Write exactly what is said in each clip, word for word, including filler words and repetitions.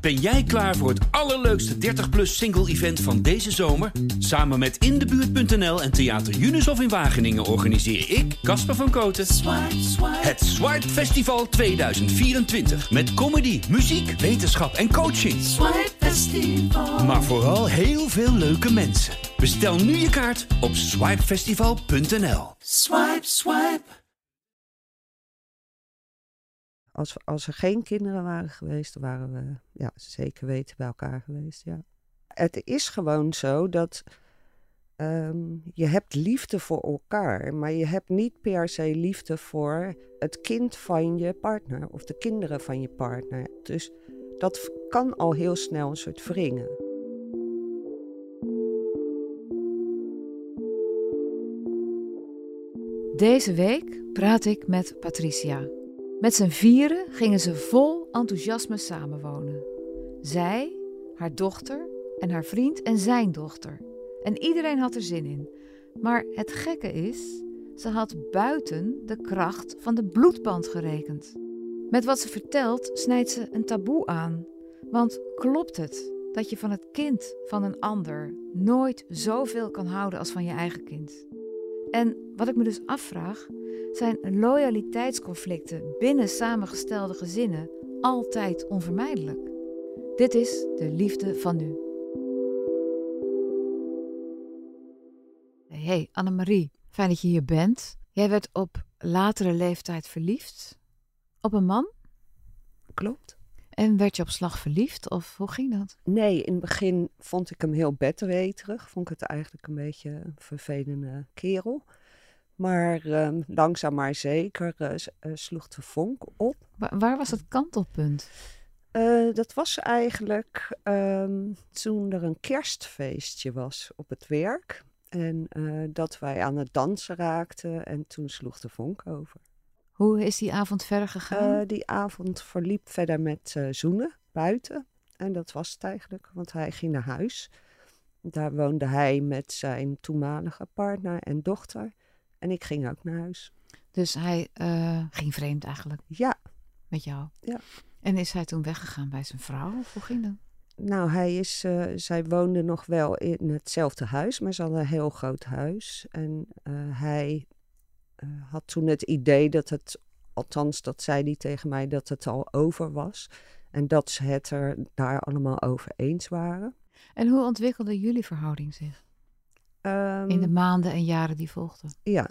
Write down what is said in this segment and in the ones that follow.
Ben jij klaar voor het allerleukste dertig plus single event van deze zomer? Samen met In de Buurt punt n l en Theater Junushof in Wageningen organiseer ik, Casper van Kooten, Swipe, Swipe. Het Swipe Festival tweeduizend vierentwintig. Met comedy, muziek, wetenschap en coaching. Swipe Festival. Maar vooral heel veel leuke mensen. Bestel nu je kaart op swipe festival punt n l. Swipe, swipe. Als, als er geen kinderen waren geweest, dan waren we ja, zeker weten bij elkaar geweest. Ja. Het is gewoon zo dat um, je hebt liefde voor elkaar, maar je hebt niet per se liefde voor het kind van je partner of de kinderen van je partner. Dus dat kan al heel snel een soort wringen. Deze week praat ik met Patricia. Met z'n vieren gingen ze vol enthousiasme samenwonen. Zij, haar dochter en haar vriend en zijn dochter. En iedereen had er zin in. Maar het gekke is, ze had buiten de kracht van de bloedband gerekend. Met wat ze vertelt snijdt ze een taboe aan. Want klopt het dat je van het kind van een ander nooit zoveel kan houden als van je eigen kind? En wat ik me dus afvraag, zijn loyaliteitsconflicten binnen samengestelde gezinnen altijd onvermijdelijk? Dit is de liefde van nu. Hey Annemarie, fijn dat je hier bent. Jij werd op latere leeftijd verliefd op een man? Klopt. En werd je op slag verliefd of hoe ging dat? Nee, in het begin vond ik hem heel bedweterig. Vond ik het eigenlijk een beetje een vervelende kerel. Maar uh, langzaam maar zeker uh, uh, sloeg de vonk op. Waar, waar was het kantelpunt? Uh, dat was eigenlijk um, toen er een kerstfeestje was op het werk. En uh, dat wij aan het dansen raakten en toen sloeg de vonk over. Hoe is die avond verder gegaan? Uh, die avond verliep verder met uh, zoenen buiten. En dat was het eigenlijk, want hij ging naar huis. Daar woonde hij met zijn toenmalige partner en dochter. En ik ging ook naar huis. Dus hij uh, ging vreemd eigenlijk? Ja. Met jou? Ja. En is hij toen weggegaan bij zijn vrouw? Of hoe ging dat? Nou, hij is, uh, zij woonden nog wel in hetzelfde huis, maar ze hadden een heel groot huis. En uh, hij uh, had toen het idee dat het, althans dat zei hij tegen mij, dat het al over was. En dat ze het er daar allemaal over eens waren. En hoe ontwikkelde jullie verhouding zich? Um, in de maanden en jaren die volgden? Ja.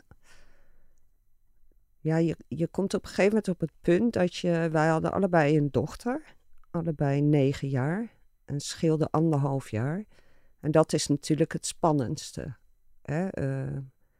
Ja, je, je komt op een gegeven moment op het punt dat je... Wij hadden allebei een dochter. Allebei negen jaar. En scheelde anderhalf jaar. En dat is natuurlijk het spannendste. Hè? Uh,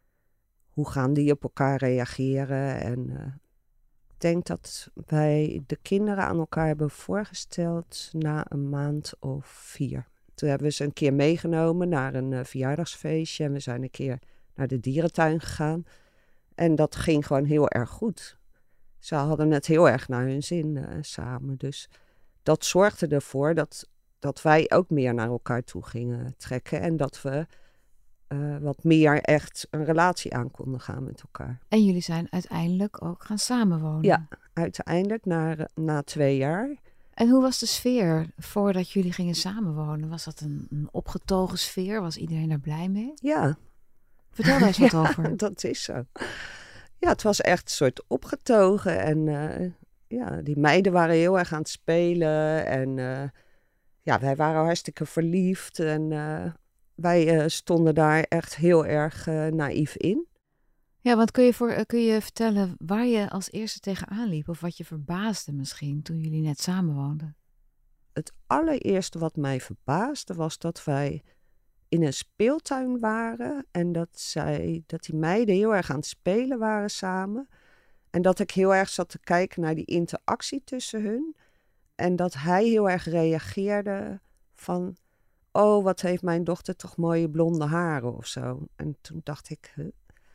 hoe gaan die op elkaar reageren? En uh, ik denk dat wij de kinderen aan elkaar hebben voorgesteld na een maand of vier. Toen hebben we ze een keer meegenomen naar een uh, verjaardagsfeestje. En we zijn een keer naar de dierentuin gegaan. En dat ging gewoon heel erg goed. Ze hadden het heel erg naar hun zin uh, samen. Dus dat zorgde ervoor dat, dat wij ook meer naar elkaar toe gingen trekken. En dat we uh, wat meer echt een relatie aan konden gaan met elkaar. En jullie zijn uiteindelijk ook gaan samenwonen? Ja, uiteindelijk na, na twee jaar. En hoe was de sfeer voordat jullie gingen samenwonen? Was dat een, een opgetogen sfeer? Was iedereen daar blij mee? Ja. Vertel daar eens wat ja, over. Dat is zo. Ja, het was echt een soort opgetogen. En uh, ja, die meiden waren heel erg aan het spelen. En uh, ja, wij waren hartstikke verliefd. En uh, wij uh, stonden daar echt heel erg uh, naïef in. Ja, want kun je, voor, kun je vertellen waar je als eerste tegenaan liep? Of wat je verbaasde misschien toen jullie net samenwoonden? Het allereerste wat mij verbaasde was dat wij in een speeltuin waren. En dat, zij, dat die meiden heel erg aan het spelen waren samen. En dat ik heel erg zat te kijken naar die interactie tussen hun. En dat hij heel erg reageerde van... Oh, wat heeft mijn dochter toch mooie blonde haren of zo. En toen dacht ik... Huh?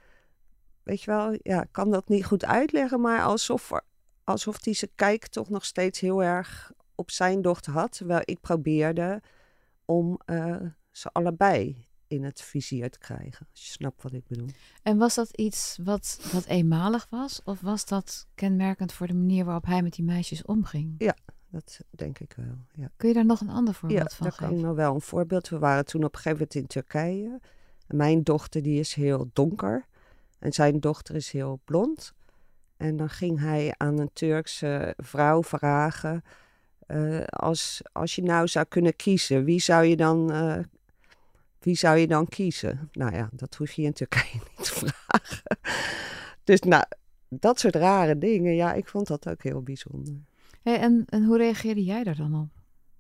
Weet je wel, ja, ik kan dat niet goed uitleggen, maar alsof, alsof hij zijn kijk toch nog steeds heel erg op zijn dochter had. Terwijl ik probeerde om uh, ze allebei in het vizier te krijgen. Als je snapt wat ik bedoel. En was dat iets wat, wat eenmalig was? Of was dat kenmerkend voor de manier waarop hij met die meisjes omging? Ja, Dat denk ik wel, ja. Kun je daar nog een ander voorbeeld ja, van daar geven? kan ik nog wel een voorbeeld. We waren toen op een gegeven moment in Turkije. En mijn dochter die is heel donker. En zijn dochter is heel blond. En dan ging hij aan een Turkse vrouw vragen... Uh, als, als je nou zou kunnen kiezen, wie zou je dan, uh, wie zou je dan kiezen? Nou ja, dat hoef je in Turkije niet te vragen. Dus nou, dat soort rare dingen, ja, ik vond dat ook heel bijzonder. Hey, en, en hoe reageerde jij daar dan op?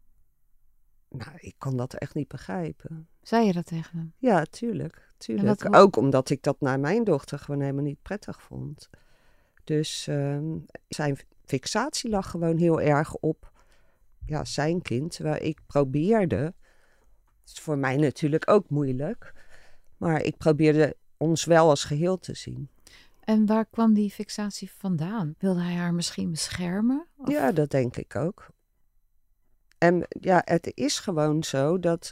Nou, ik kon dat echt niet begrijpen. Zei je dat tegen hem? Ja, tuurlijk. tuurlijk. Wat, wat... Ook omdat ik dat naar mijn dochter gewoon helemaal niet prettig vond. Dus uh, zijn fixatie lag gewoon heel erg op ja, zijn kind. Terwijl ik probeerde, dat is voor mij natuurlijk ook moeilijk, maar ik probeerde ons wel als geheel te zien. En waar kwam die fixatie vandaan? Wilde hij haar misschien beschermen? Of? Ja, dat denk ik ook. En ja, het is gewoon zo dat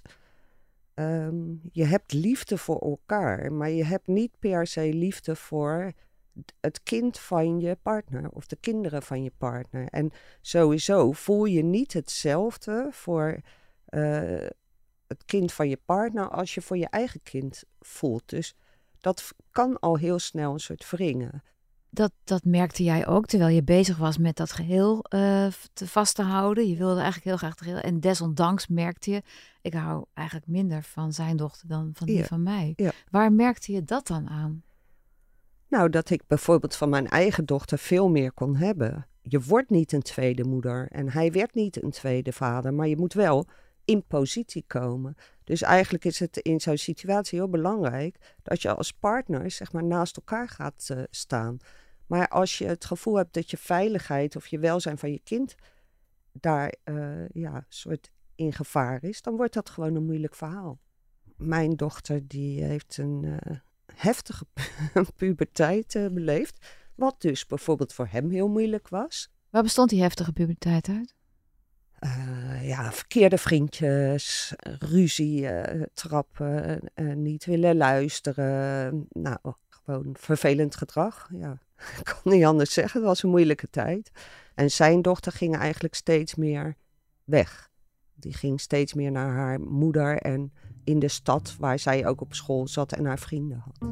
um, je hebt liefde voor elkaar, maar je hebt niet per se liefde voor het kind van je partner of de kinderen van je partner. En sowieso voel je niet hetzelfde voor uh, het kind van je partner als je voor je eigen kind voelt. Dus dat kan al heel snel een soort wringen. Dat, dat merkte jij ook terwijl je bezig was met dat geheel uh, te vast te houden. Je wilde eigenlijk heel graag het geheel. En desondanks merkte je, ik hou eigenlijk minder van zijn dochter dan van die ja. van mij. Ja. Waar merkte je dat dan aan? Nou, dat ik bijvoorbeeld van mijn eigen dochter veel meer kon hebben. Je wordt niet een tweede moeder en hij werd niet een tweede vader, maar je moet wel in positie komen. Dus eigenlijk is het in zo'n situatie heel belangrijk dat je als partner zeg maar naast elkaar gaat uh, staan. Maar als je het gevoel hebt dat je veiligheid of je welzijn van je kind daar uh, ja, soort in gevaar is, dan wordt dat gewoon een moeilijk verhaal. Mijn dochter die heeft een uh, heftige puberteit uh, beleefd, wat dus bijvoorbeeld voor hem heel moeilijk was. Waar bestond die heftige puberteit uit? Uh, ja, verkeerde vriendjes, ruzie, uh, trappen, uh, niet willen luisteren. Nou, gewoon vervelend gedrag. Ja, ik kan niet anders zeggen. Het was een moeilijke tijd. En zijn dochter ging eigenlijk steeds meer weg. Die ging steeds meer naar haar moeder en in de stad waar zij ook op school zat en haar vrienden had.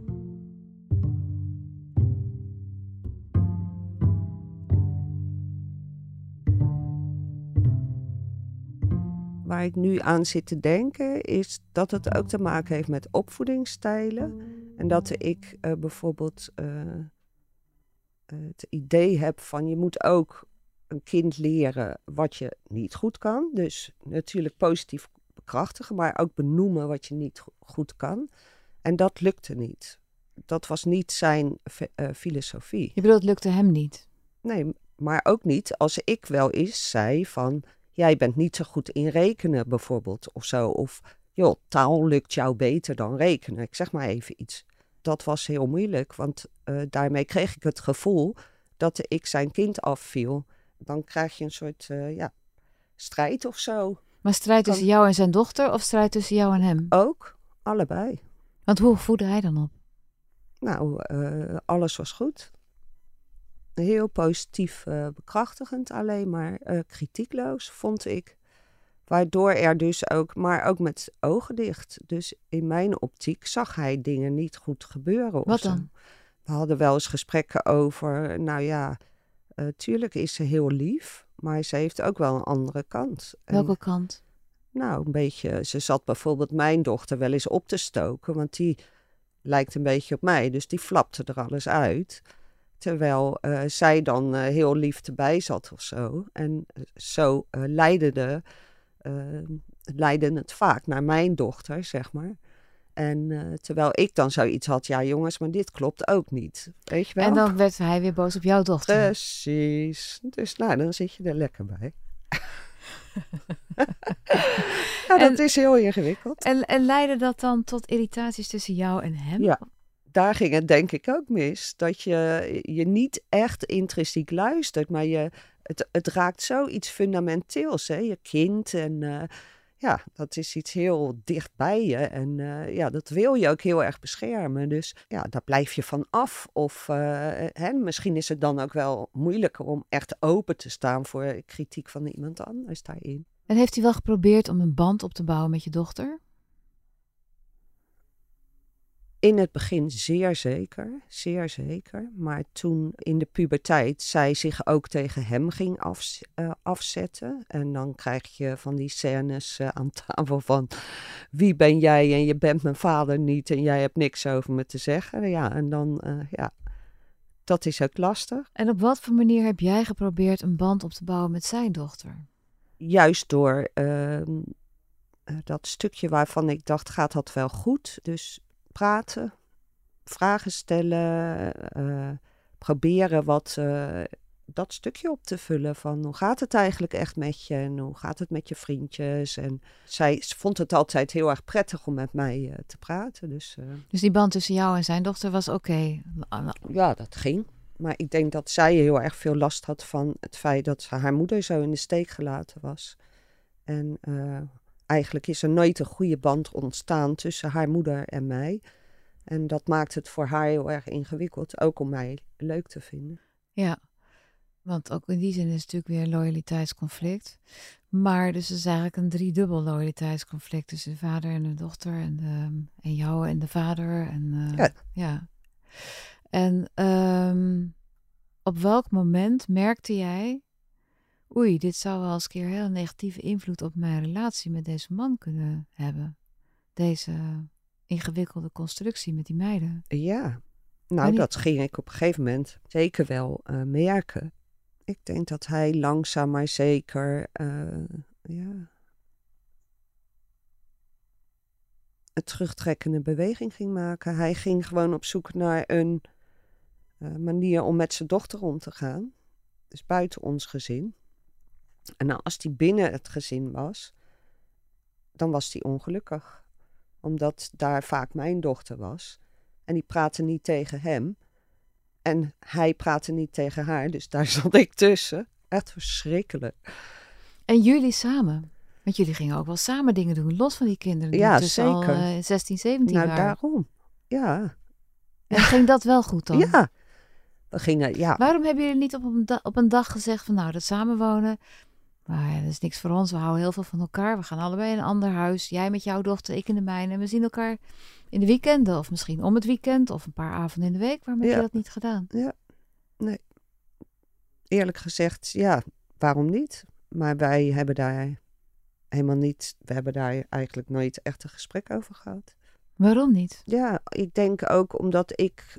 Waar ik nu aan zit te denken is dat het ook te maken heeft met opvoedingsstijlen. En dat ik uh, bijvoorbeeld uh, het idee heb van je moet ook een kind leren wat je niet goed kan. Dus natuurlijk positief bekrachtigen, maar ook benoemen wat je niet goed kan. En dat lukte niet. Dat was niet zijn uh, filosofie. Je bedoelt, het lukte hem niet? Nee, maar ook niet als ik wel eens zei van... Jij bent niet zo goed in rekenen bijvoorbeeld of zo. Of joh, taal lukt jou beter dan rekenen. Ik zeg maar even iets. Dat was heel moeilijk, want uh, daarmee kreeg ik het gevoel dat ik zijn kind afviel. Dan krijg je een soort uh, ja, strijd of zo. Maar strijd kan... tussen jou en zijn dochter of strijd tussen jou en hem? Ook, allebei. Want hoe voedde hij dan op? Nou, uh, alles was goed. Heel positief uh, bekrachtigend, alleen maar uh, kritiekloos, vond ik. Waardoor er dus ook, maar ook met ogen dicht. Dus in mijn optiek zag hij dingen niet goed gebeuren. Wat dan? Zo. We hadden wel eens gesprekken over, nou ja, uh, tuurlijk is ze heel lief, maar ze heeft ook wel een andere kant. Welke en, kant? Nou, een beetje, ze zat bijvoorbeeld mijn dochter wel eens op te stoken, want die lijkt een beetje op mij, dus die flapte er alles uit. Terwijl uh, zij dan uh, heel lief erbij zat of zo. En zo uh, leidde, de, uh, leidde het vaak naar mijn dochter, zeg maar. En uh, terwijl ik dan zoiets had, ja jongens, maar dit klopt ook niet. Weet je wel? En dan werd hij weer boos op jouw dochter. Precies. Dus nou, dan zit je er lekker bij. Ja, dat en, is heel ingewikkeld. En, en leidde dat dan tot irritaties tussen jou en hem? Ja. Daar ging het denk ik ook mis. Dat je, je niet echt intrinsiek luistert. Maar je, het, het raakt zoiets fundamenteels. Hè? Je kind. En uh, ja, dat is iets heel dicht bij je. En uh, ja, dat wil je ook heel erg beschermen. Dus ja, daar blijf je van af. Of uh, hè, misschien is het dan ook wel moeilijker om echt open te staan voor kritiek van iemand anders daarin. En heeft u wel geprobeerd om een band op te bouwen met je dochter? In het begin zeer zeker, zeer zeker. Maar toen in de puberteit zij zich ook tegen hem ging af, uh, afzetten. En dan krijg je van die scènes uh, aan tafel van wie ben jij en je bent mijn vader niet en jij hebt niks over me te zeggen. Ja, en dan, uh, ja, dat is ook lastig. En op wat voor manier heb jij geprobeerd een band op te bouwen met zijn dochter? Juist door uh, uh, dat stukje waarvan ik dacht, gaat dat wel goed? Dus praten, vragen stellen, uh, proberen wat uh, dat stukje op te vullen van hoe gaat het eigenlijk echt met je en hoe gaat het met je vriendjes. En zij vond het altijd heel erg prettig om met mij uh, te praten. Dus, uh, dus die band tussen jou en zijn dochter was oké? Okay. Ja, dat ging. Maar ik denk dat zij heel erg veel last had van het feit dat haar moeder zo in de steek gelaten was. En uh, eigenlijk is er nooit een goede band ontstaan tussen haar moeder en mij. En dat maakt het voor haar heel erg ingewikkeld, ook om mij leuk te vinden. Ja, want ook in die zin is het natuurlijk weer een loyaliteitsconflict. Maar dus het is eigenlijk een driedubbel loyaliteitsconflict tussen de vader en de dochter en, de, en jou en de vader. En, uh, ja. ja. En um, op welk moment merkte jij, oei, dit zou wel eens een keer heel negatieve invloed op mijn relatie met deze man kunnen hebben. Deze ingewikkelde constructie met die meiden. Ja, nou die... dat ging ik op een gegeven moment zeker wel uh, merken. Ik denk dat hij langzaam maar zeker, uh, ja, een terugtrekkende beweging ging maken. Hij ging gewoon op zoek naar een uh, manier om met zijn dochter om te gaan. Dus buiten ons gezin. En nou, als hij binnen het gezin was, dan was hij ongelukkig. Omdat daar vaak mijn dochter was. En die praatte niet tegen hem. En hij praatte niet tegen haar. Dus daar zat ik tussen. Echt verschrikkelijk. En jullie samen? Want jullie gingen ook wel samen dingen doen. Los van die kinderen. Die ja, tussen zeker. al uh, zestien, zeventien nou, waren. daarom. Ja. En ging dat wel goed dan? Ja. We gingen, ja. Waarom hebben jullie niet op een, da- op een dag gezegd van nou, dat samenwonen... Maar ja, dat is niks voor ons. We houden heel veel van elkaar. We gaan allebei in een ander huis. Jij met jouw dochter, ik in de mijne. En we zien elkaar in de weekenden. Of misschien om het weekend. Of een paar avonden in de week. Waarom heb ja. je dat niet gedaan? Ja, nee. Eerlijk gezegd, ja, waarom niet? Maar wij hebben daar helemaal niet... We hebben daar eigenlijk nooit echt een gesprek over gehad. Waarom niet? Ja, ik denk ook omdat ik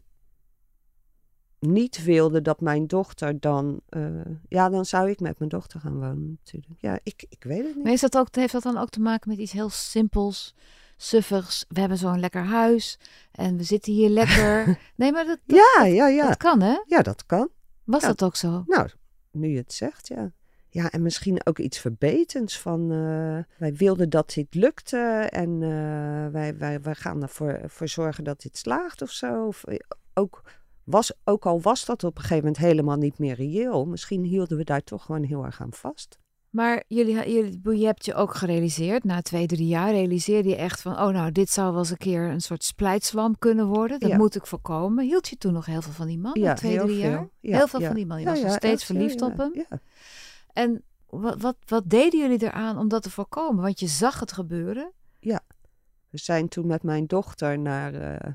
niet wilde dat mijn dochter dan... Uh, ja, dan zou ik met mijn dochter gaan wonen natuurlijk. Ja, ik, ik weet het niet. Maar is dat ook, heeft dat dan ook te maken met iets heel simpels, suffigs? We hebben zo'n lekker huis en we zitten hier lekker. Nee, maar dat, dat, ja, dat, ja, ja. dat kan, hè? Ja, dat kan. Was ja. dat ook zo? Nou, nu je het zegt, ja. Ja, en misschien ook iets verbetends van... Uh, wij wilden dat dit lukte en uh, wij, wij, wij gaan ervoor voor zorgen dat dit slaagt of zo. Of, ook... Was, ook al was dat op een gegeven moment helemaal niet meer reëel. Misschien hielden we daar toch gewoon heel erg aan vast. Maar jullie, jullie, je hebt je ook gerealiseerd, na twee, drie jaar realiseerde je echt van... oh nou, dit zou wel eens een keer een soort splijtswam kunnen worden. Dat ja. moet ik voorkomen. Hield je toen nog heel veel van die man, ja, na twee, drie veel. jaar? Ja, heel veel ja. van die man. Je ja, was ja, nog steeds ja, verliefd ja, op hem. Ja. En wat, wat, wat deden jullie eraan om dat te voorkomen? Want je zag het gebeuren. Ja, we zijn toen met mijn dochter naar... Uh,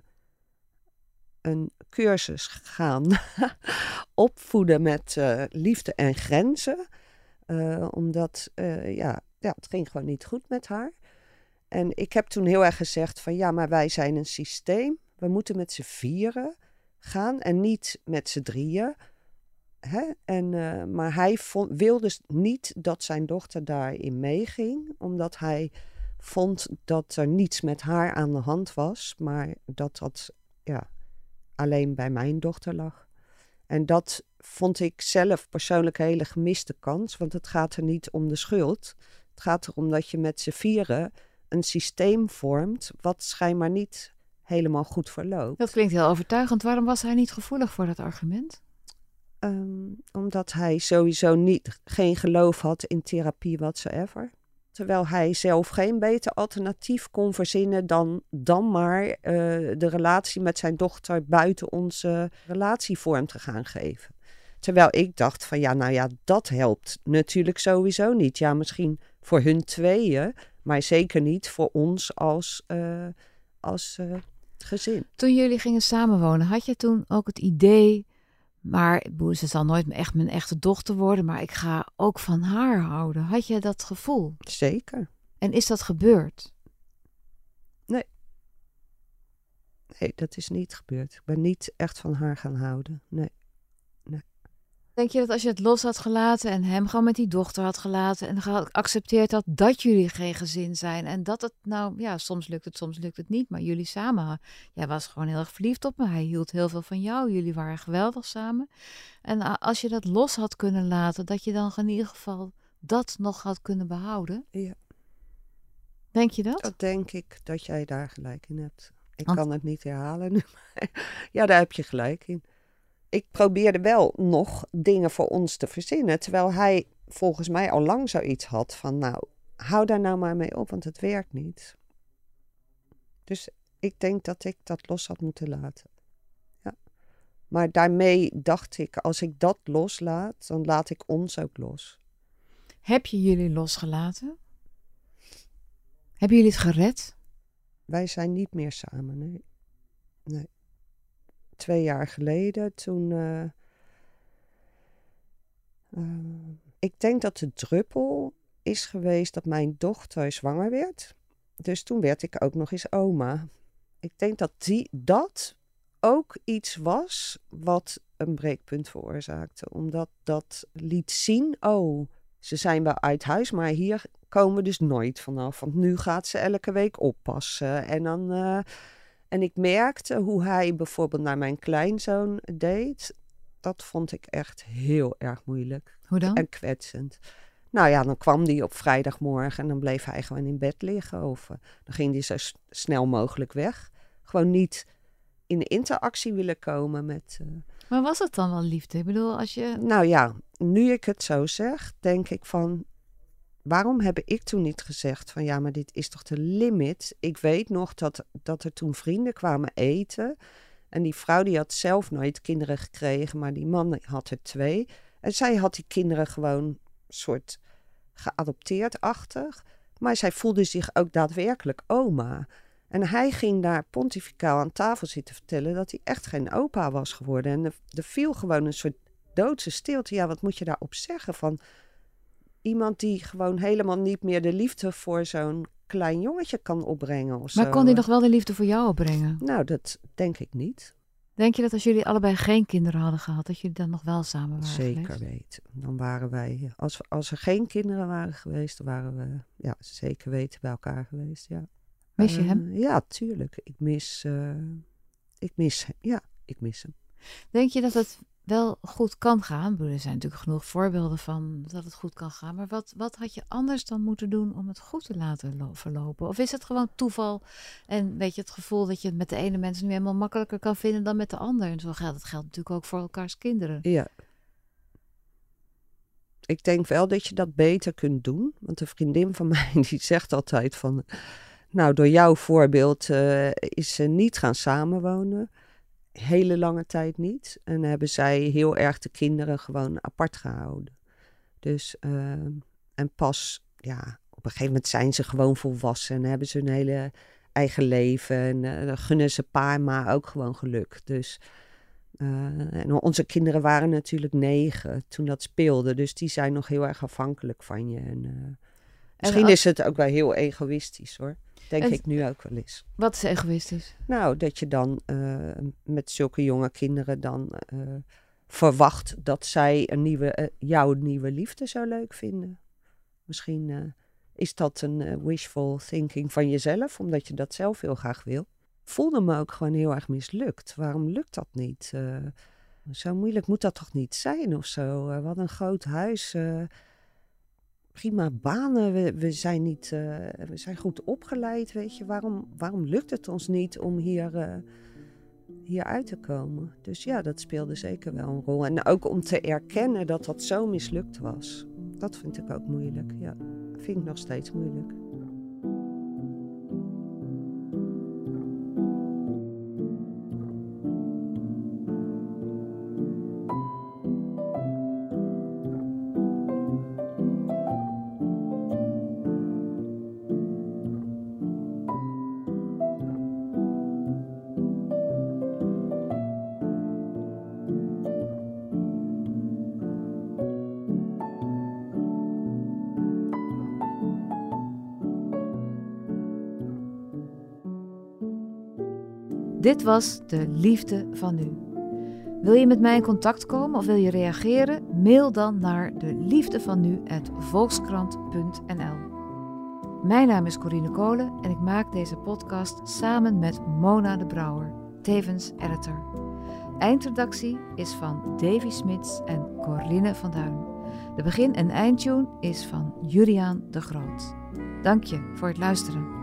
een cursus gegaan opvoeden met uh, liefde en grenzen. Uh, omdat, uh, ja, ja, het ging gewoon niet goed met haar. En ik heb toen heel erg gezegd van ja, maar wij zijn een systeem. We moeten met z'n vieren gaan en niet met z'n drieën. Hè? En, uh, maar hij vond, wilde niet dat zijn dochter daarin meeging. Omdat hij vond dat er niets met haar aan de hand was. Maar dat dat, ja... alleen bij mijn dochter lag. En dat vond ik zelf persoonlijk een hele gemiste kans. Want het gaat er niet om de schuld. Het gaat erom dat je met z'n vieren een systeem vormt... wat schijnbaar niet helemaal goed verloopt. Dat klinkt heel overtuigend. Waarom was hij niet gevoelig voor dat argument? Um, omdat hij sowieso niet, geen geloof had in therapie whatsoever. Terwijl hij zelf geen beter alternatief kon verzinnen dan, dan maar uh, de relatie met zijn dochter buiten onze relatievorm te gaan geven. Terwijl ik dacht van ja, nou ja, dat helpt natuurlijk sowieso niet. Ja, misschien voor hun tweeën, maar zeker niet voor ons als, uh, als uh, gezin. Toen jullie gingen samenwonen, had je toen ook het idee, maar ze zal nooit echt mijn echte dochter worden, maar ik ga ook van haar houden. Had je dat gevoel? Zeker. En is dat gebeurd? Nee. Nee, dat is niet gebeurd. Ik ben niet echt van haar gaan houden. Nee. Nee. Denk je dat als je het los had gelaten en hem gewoon met die dochter had gelaten en geaccepteerd had dat jullie geen gezin zijn en dat het nou, ja, soms lukt het, soms lukt het niet, maar jullie samen, jij was gewoon heel erg verliefd op me, hij hield heel veel van jou, jullie waren geweldig samen. En als je dat los had kunnen laten, dat je dan in ieder geval dat nog had kunnen behouden? Ja. Denk je dat? Dat denk ik dat jij daar gelijk in hebt. Ik Want... kan het niet herhalen nu, maar ja, daar heb je gelijk in. Ik probeerde wel nog dingen voor ons te verzinnen, terwijl hij volgens mij al lang zoiets had van, nou, hou daar nou maar mee op, want het werkt niet. Dus ik denk dat ik dat los had moeten laten. Ja. Maar daarmee dacht ik, als ik dat loslaat, dan laat ik ons ook los. Heb je jullie losgelaten? Hebben jullie het gered? Wij zijn niet meer samen, nee. Nee. Twee jaar geleden, toen... Uh, uh, ik denk dat de druppel is geweest dat mijn dochter zwanger werd. Dus toen werd ik ook nog eens oma. Ik denk dat die, dat ook iets was wat een breekpunt veroorzaakte. Omdat dat liet zien, oh, ze zijn wel uit huis, maar hier komen we dus nooit vanaf. Want nu gaat ze elke week oppassen. En dan... Uh, En ik merkte hoe hij bijvoorbeeld naar mijn kleinzoon deed. Dat vond ik echt heel erg moeilijk. Hoe dan? En kwetsend. Nou ja, dan kwam hij op vrijdagmorgen en dan bleef hij gewoon in bed liggen. Of uh, dan ging hij zo s- snel mogelijk weg. Gewoon niet in interactie willen komen met... Uh... Maar was het dan wel liefde? Ik bedoel, als je... Nou ja, nu ik het zo zeg, denk ik van... Waarom heb ik toen niet gezegd van ja, maar dit is toch de limit? Ik weet nog dat, dat er toen vrienden kwamen eten. En die vrouw die had zelf nooit kinderen gekregen, maar die man had er twee. En zij had die kinderen gewoon soort geadopteerd-achtig. Maar zij voelde zich ook daadwerkelijk oma. En hij ging daar pontificaal aan tafel zitten vertellen dat hij echt geen opa was geworden. En er, er viel gewoon een soort doodse stilte. Ja, wat moet je daarop zeggen van... Iemand die gewoon helemaal niet meer de liefde voor zo'n klein jongetje kan opbrengen of Maar zo. kon hij nog wel de liefde voor jou opbrengen? Nou, dat denk ik niet. Denk je dat als jullie allebei geen kinderen hadden gehad, dat jullie dan nog wel samen waren Zeker geweest? weten. Dan waren wij, als, we, als er geen kinderen waren geweest, dan waren we ja, zeker weten bij elkaar geweest, ja. Mis je uh, hem? Ja, tuurlijk. Ik mis, uh, ik mis hem. Ja, ik mis hem. Denk je dat het wel goed kan gaan? Er zijn natuurlijk genoeg voorbeelden van dat het goed kan gaan. Maar wat, wat had je anders dan moeten doen om het goed te laten lo- verlopen? Of is het gewoon toeval en weet je het gevoel dat je het met de ene mensen nu helemaal makkelijker kan vinden dan met de ander? En zo geldt het geldt natuurlijk ook voor elkaars kinderen. Ja. Ik denk wel dat je dat beter kunt doen. Want een vriendin van mij die zegt altijd van... Nou, door jouw voorbeeld uh, is ze niet gaan samenwonen. Hele lange tijd niet. En hebben zij heel erg de kinderen gewoon apart gehouden. Dus, uh, en pas, ja, op een gegeven moment zijn ze gewoon volwassen. En hebben ze hun hele eigen leven. En uh, dan gunnen ze pa en ma ook gewoon geluk. Dus, uh, en onze kinderen waren natuurlijk negen toen dat speelde. Dus die zijn nog heel erg afhankelijk van je. En, uh, misschien als... is het ook wel heel egoïstisch hoor. Denk en... ik nu ook wel eens. Wat is egoïstisch? Nou, dat je dan uh, met zulke jonge kinderen dan uh, verwacht dat zij een nieuwe, uh, jouw nieuwe liefde zo leuk vinden. Misschien uh, is dat een uh, wishful thinking van jezelf, omdat je dat zelf heel graag wil. Voelde me ook gewoon heel erg mislukt. Waarom lukt dat niet? Uh, zo moeilijk moet dat toch niet zijn of zo? Uh, wat een groot huis... Uh, prima banen, we, we, zijn niet, uh, we zijn goed opgeleid, weet je. Waarom, waarom lukt het ons niet om hier, uh, hier uit te komen? Dus ja, dat speelde zeker wel een rol. En ook om te erkennen dat dat zo mislukt was. Dat vind ik ook moeilijk, ja. vind ik nog steeds moeilijk. Dit was De Liefde van Nu. Wil je met mij in contact komen of wil je reageren? Mail dan naar de liefde van nu apenstaartje volkskrant punt n l. Mijn naam is Corine Kolen en ik maak deze podcast samen met Mona de Brouwer, tevens editor. Eindredactie is van Davy Smits en Corline van Duin. De begin- en eindtune is van Juriaan de Groot. Dank je voor het luisteren.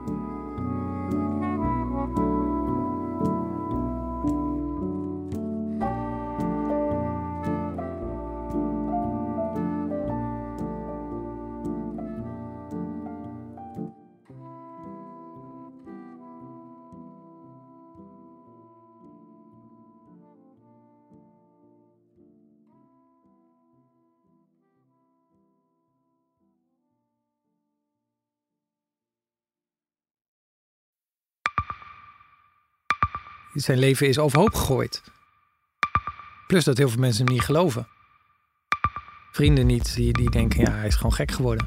Zijn leven is overhoop gegooid. Plus dat heel veel mensen hem niet geloven. Vrienden niet, die, die denken, ja, hij is gewoon gek geworden.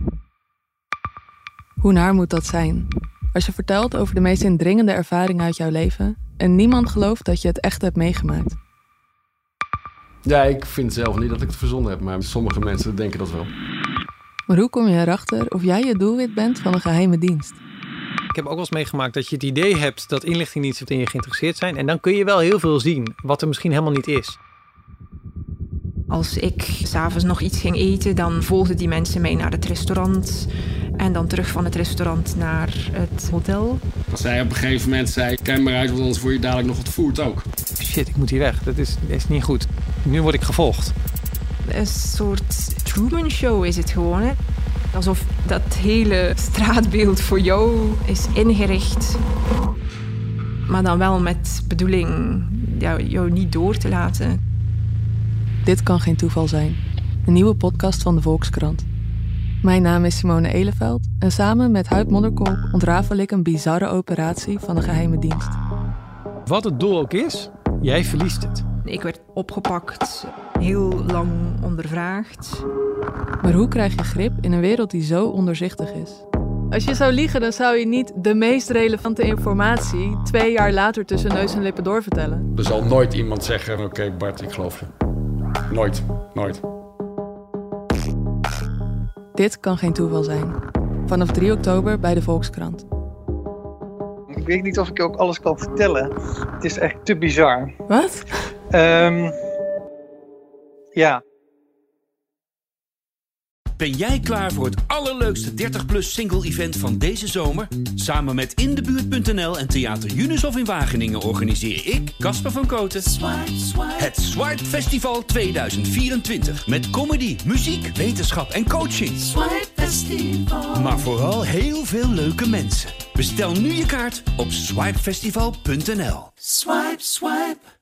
Hoe naar moet dat zijn? Als je vertelt over de meest indringende ervaringen uit jouw leven en niemand gelooft dat je het echt hebt meegemaakt. Ja, ik vind zelf niet dat ik het verzonnen heb, maar sommige mensen denken dat wel. Maar hoe kom je erachter of jij het doelwit bent van een geheime dienst? Ik heb ook wel eens meegemaakt dat je het idee hebt dat inlichtingendiensten in je geïnteresseerd zijn. En dan kun je wel heel veel zien, wat er misschien helemaal niet is. Als ik 's avonds nog iets ging eten, dan volgden die mensen mij naar het restaurant. En dan terug van het restaurant naar het hotel. Als zij op een gegeven moment zei, kijk maar uit, want anders word je dadelijk nog ontvoerd ook. Shit, ik moet hier weg. Dat is, dat is niet goed. Nu word ik gevolgd. Een soort Truman Show is het gewoon, hè? Alsof dat hele straatbeeld voor jou is ingericht. Maar dan wel met bedoeling ja, jou niet door te laten. Dit kan geen toeval zijn. Een nieuwe podcast van de Volkskrant. Mijn naam is Simone Eleveld en samen met Huid Modderkolk ontrafel ik een bizarre operatie van de geheime dienst. Wat het doel ook is, jij verliest het. Ik werd opgepakt, heel lang ondervraagd. Maar hoe krijg je grip in een wereld die zo ondoorzichtig is? Als je zou liegen, dan zou je niet de meest relevante informatie twee jaar later tussen neus en lippen doorvertellen. Er zal nooit iemand zeggen, oké okay, Bart, ik geloof je. Nooit, nooit. Dit kan geen toeval zijn. Vanaf drie oktober bij de Volkskrant. Ik weet niet of ik je ook alles kan vertellen. Het is echt te bizar. Wat? Um, ja. Ben jij klaar voor het allerleukste dertig plus single event van deze zomer? Samen met in de buurt punt n l en Theater Junushof in Wageningen organiseer ik, Casper van Koten, Swipe, Swipe. Het Swipe Festival tweeduizend vierentwintig. Met comedy, muziek, wetenschap en coaching. Swipe Festival. Maar vooral heel veel leuke mensen. Bestel nu je kaart op swipe festival punt n l. Swipe, swipe.